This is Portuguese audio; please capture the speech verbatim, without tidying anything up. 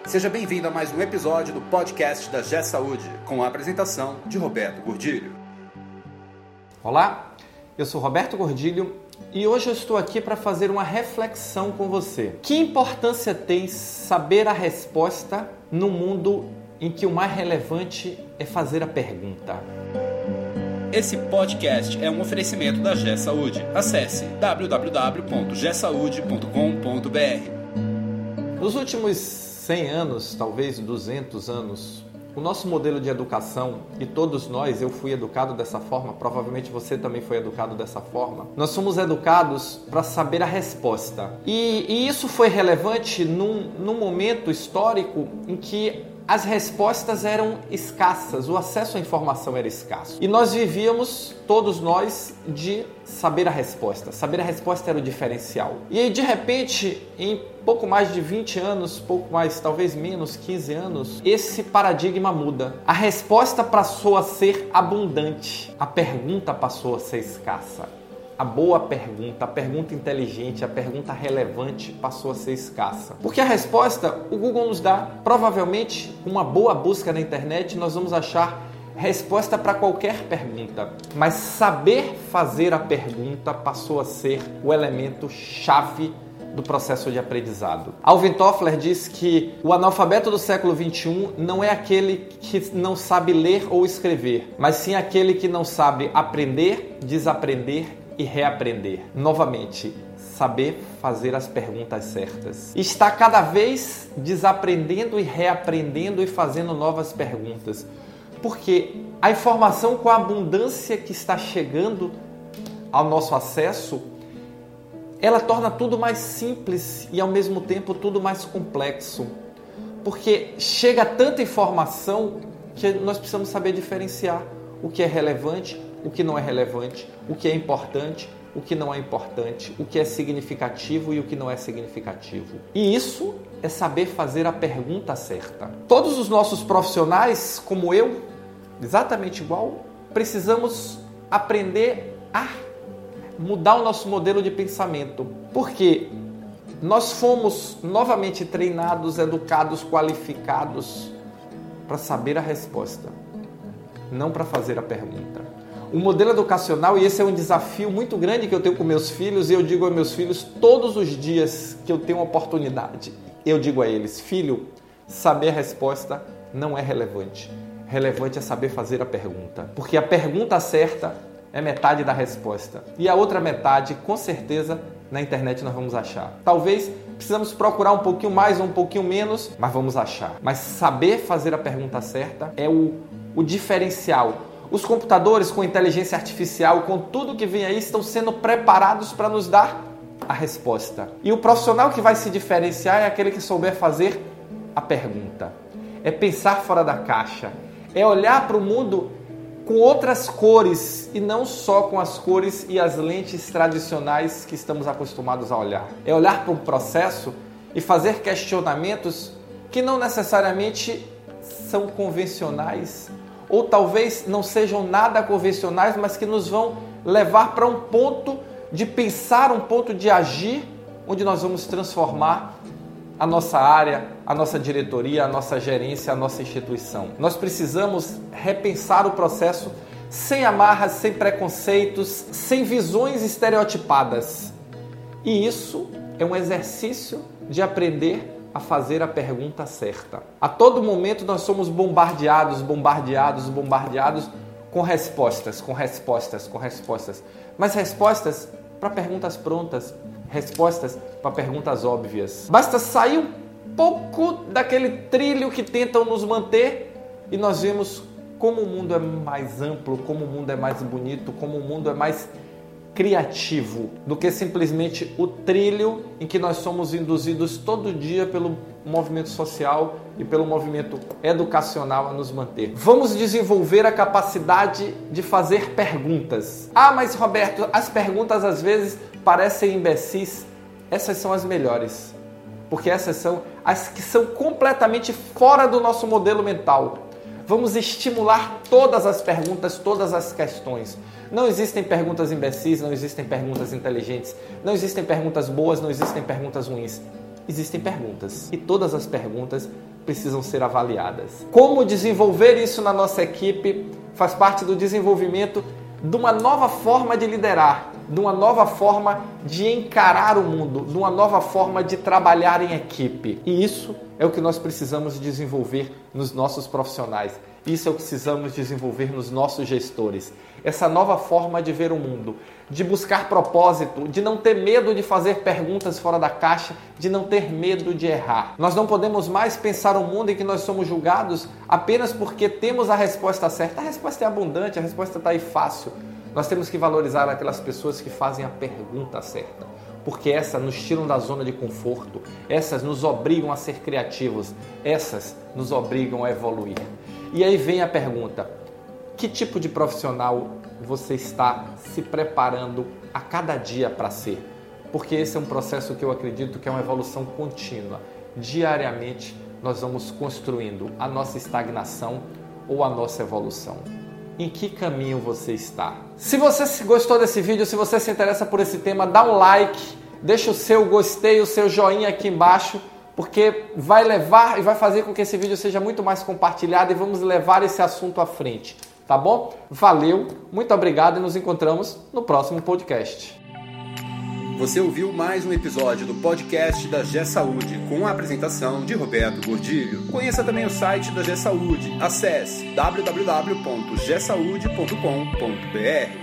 Seja bem-vindo a mais um episódio do podcast da G E Saúde, com a apresentação de Roberto Gordilho. Olá, eu sou Roberto Gordilho e hoje eu estou aqui para fazer uma reflexão com você. Que importância tem saber a resposta no mundo em que o mais relevante é fazer a pergunta? Esse podcast é um oferecimento da G E Saúde. Acesse w w w ponto g saúde ponto com ponto b r. Nos últimos cem anos, talvez duzentos anos, o nosso modelo de educação, e todos nós, eu fui educado dessa forma, provavelmente você também foi educado dessa forma, nós somos educados para saber a resposta. E, e isso foi relevante num, num momento histórico em que as respostas eram escassas, o acesso à informação era escasso. E nós vivíamos, todos nós, de saber a resposta. Saber a resposta era o diferencial. E aí, de repente, em pouco mais de vinte anos, pouco mais, talvez menos, quinze anos, esse paradigma muda. A resposta passou a ser abundante. A pergunta passou a ser escassa. A boa pergunta, a pergunta inteligente, a pergunta relevante passou a ser escassa. Porque a resposta o Google nos dá. Provavelmente, com uma boa busca na internet, nós vamos achar resposta para qualquer pergunta. Mas saber fazer a pergunta passou a ser o elemento chave do processo de aprendizado. Alvin Toffler diz que o analfabeto do século vinte e um não é aquele que não sabe ler ou escrever, mas sim aquele que não sabe aprender, desaprender e reaprender. Novamente, saber fazer as perguntas certas. Está cada vez desaprendendo e reaprendendo e fazendo novas perguntas. Porque a informação com a abundância que está chegando ao nosso acesso, ela torna tudo mais simples e ao mesmo tempo tudo mais complexo. Porque chega tanta informação que nós precisamos saber diferenciar o que é relevante, o que não é relevante, o que é importante, o que não é importante, o que é significativo e o que não é significativo. E isso é saber fazer a pergunta certa. Todos os nossos profissionais, como eu, exatamente igual, precisamos aprender a mudar o nosso modelo de pensamento. Porque nós fomos novamente treinados, educados, qualificados para saber a resposta, não para fazer a pergunta. O modelo educacional, e esse é um desafio muito grande que eu tenho com meus filhos, e eu digo aos meus filhos todos os dias que eu tenho uma oportunidade, eu digo a eles: filho, saber a resposta não é relevante. Relevante é saber fazer a pergunta, porque a pergunta certa é metade da resposta. E a outra metade, com certeza, na internet nós vamos achar. Talvez precisamos procurar um pouquinho mais ou um pouquinho menos, mas vamos achar. Mas saber fazer a pergunta certa é o, o diferencial. Os computadores com inteligência artificial, com tudo que vem aí, estão sendo preparados para nos dar a resposta. E o profissional que vai se diferenciar é aquele que souber fazer a pergunta. É pensar fora da caixa. É olhar para o mundo com outras cores e não só com as cores e as lentes tradicionais que estamos acostumados a olhar. É olhar para um processo e fazer questionamentos que não necessariamente são convencionais, ou talvez não sejam nada convencionais, mas que nos vão levar para um ponto de pensar, um ponto de agir, onde nós vamos transformar a nossa área, a nossa diretoria, a nossa gerência, a nossa instituição. Nós precisamos repensar o processo sem amarras, sem preconceitos, sem visões estereotipadas. E isso é um exercício de aprender a fazer a pergunta certa. A todo momento nós somos bombardeados, bombardeados, bombardeados com respostas, com respostas, com respostas. Mas respostas para perguntas prontas, respostas para perguntas óbvias. Basta sair um pouco daquele trilho que tentam nos manter e nós vemos como o mundo é mais amplo, como o mundo é mais bonito, como o mundo é mais criativo do que simplesmente o trilho em que nós somos induzidos todo dia pelo movimento social e pelo movimento educacional a nos manter. Vamos desenvolver a capacidade de fazer perguntas. Ah, mas Roberto, as perguntas às vezes parecem imbecis. Essas são as melhores, porque essas são as que são completamente fora do nosso modelo mental. Vamos estimular todas as perguntas, todas as questões. Não existem perguntas imbecis, não existem perguntas inteligentes, não existem perguntas boas, não existem perguntas ruins. Existem perguntas. E todas as perguntas precisam ser avaliadas. Como desenvolver isso na nossa equipe faz parte do desenvolvimento de uma nova forma de liderar, de uma nova forma de encarar o mundo, de uma nova forma de trabalhar em equipe. E isso é o que nós precisamos desenvolver nos nossos profissionais. Isso é o que precisamos desenvolver nos nossos gestores. Essa nova forma de ver o mundo, de buscar propósito, de não ter medo de fazer perguntas fora da caixa, de não ter medo de errar. Nós não podemos mais pensar o mundo em que nós somos julgados apenas porque temos a resposta certa. A resposta é abundante, a resposta está aí fácil. Nós temos que valorizar aquelas pessoas que fazem a pergunta certa, porque essas nos tiram da zona de conforto, essas nos obrigam a ser criativos, essas nos obrigam a evoluir. E aí vem a pergunta: que tipo de profissional você está se preparando a cada dia para ser? Porque esse é um processo que eu acredito que é uma evolução contínua. Diariamente nós vamos construindo a nossa estagnação ou a nossa evolução. Em que caminho você está? Se você gostou desse vídeo, se você se interessa por esse tema, dá um like, deixa o seu gostei, o seu joinha aqui embaixo, porque vai levar e vai fazer com que esse vídeo seja muito mais compartilhado e vamos levar esse assunto à frente, tá bom? Valeu, muito obrigado e nos encontramos no próximo podcast. Você ouviu mais um episódio do podcast da G Saúde, com a apresentação de Roberto Gordilho. Conheça também o site da G Saúde. Acesse w w w ponto g saúde ponto com ponto b r.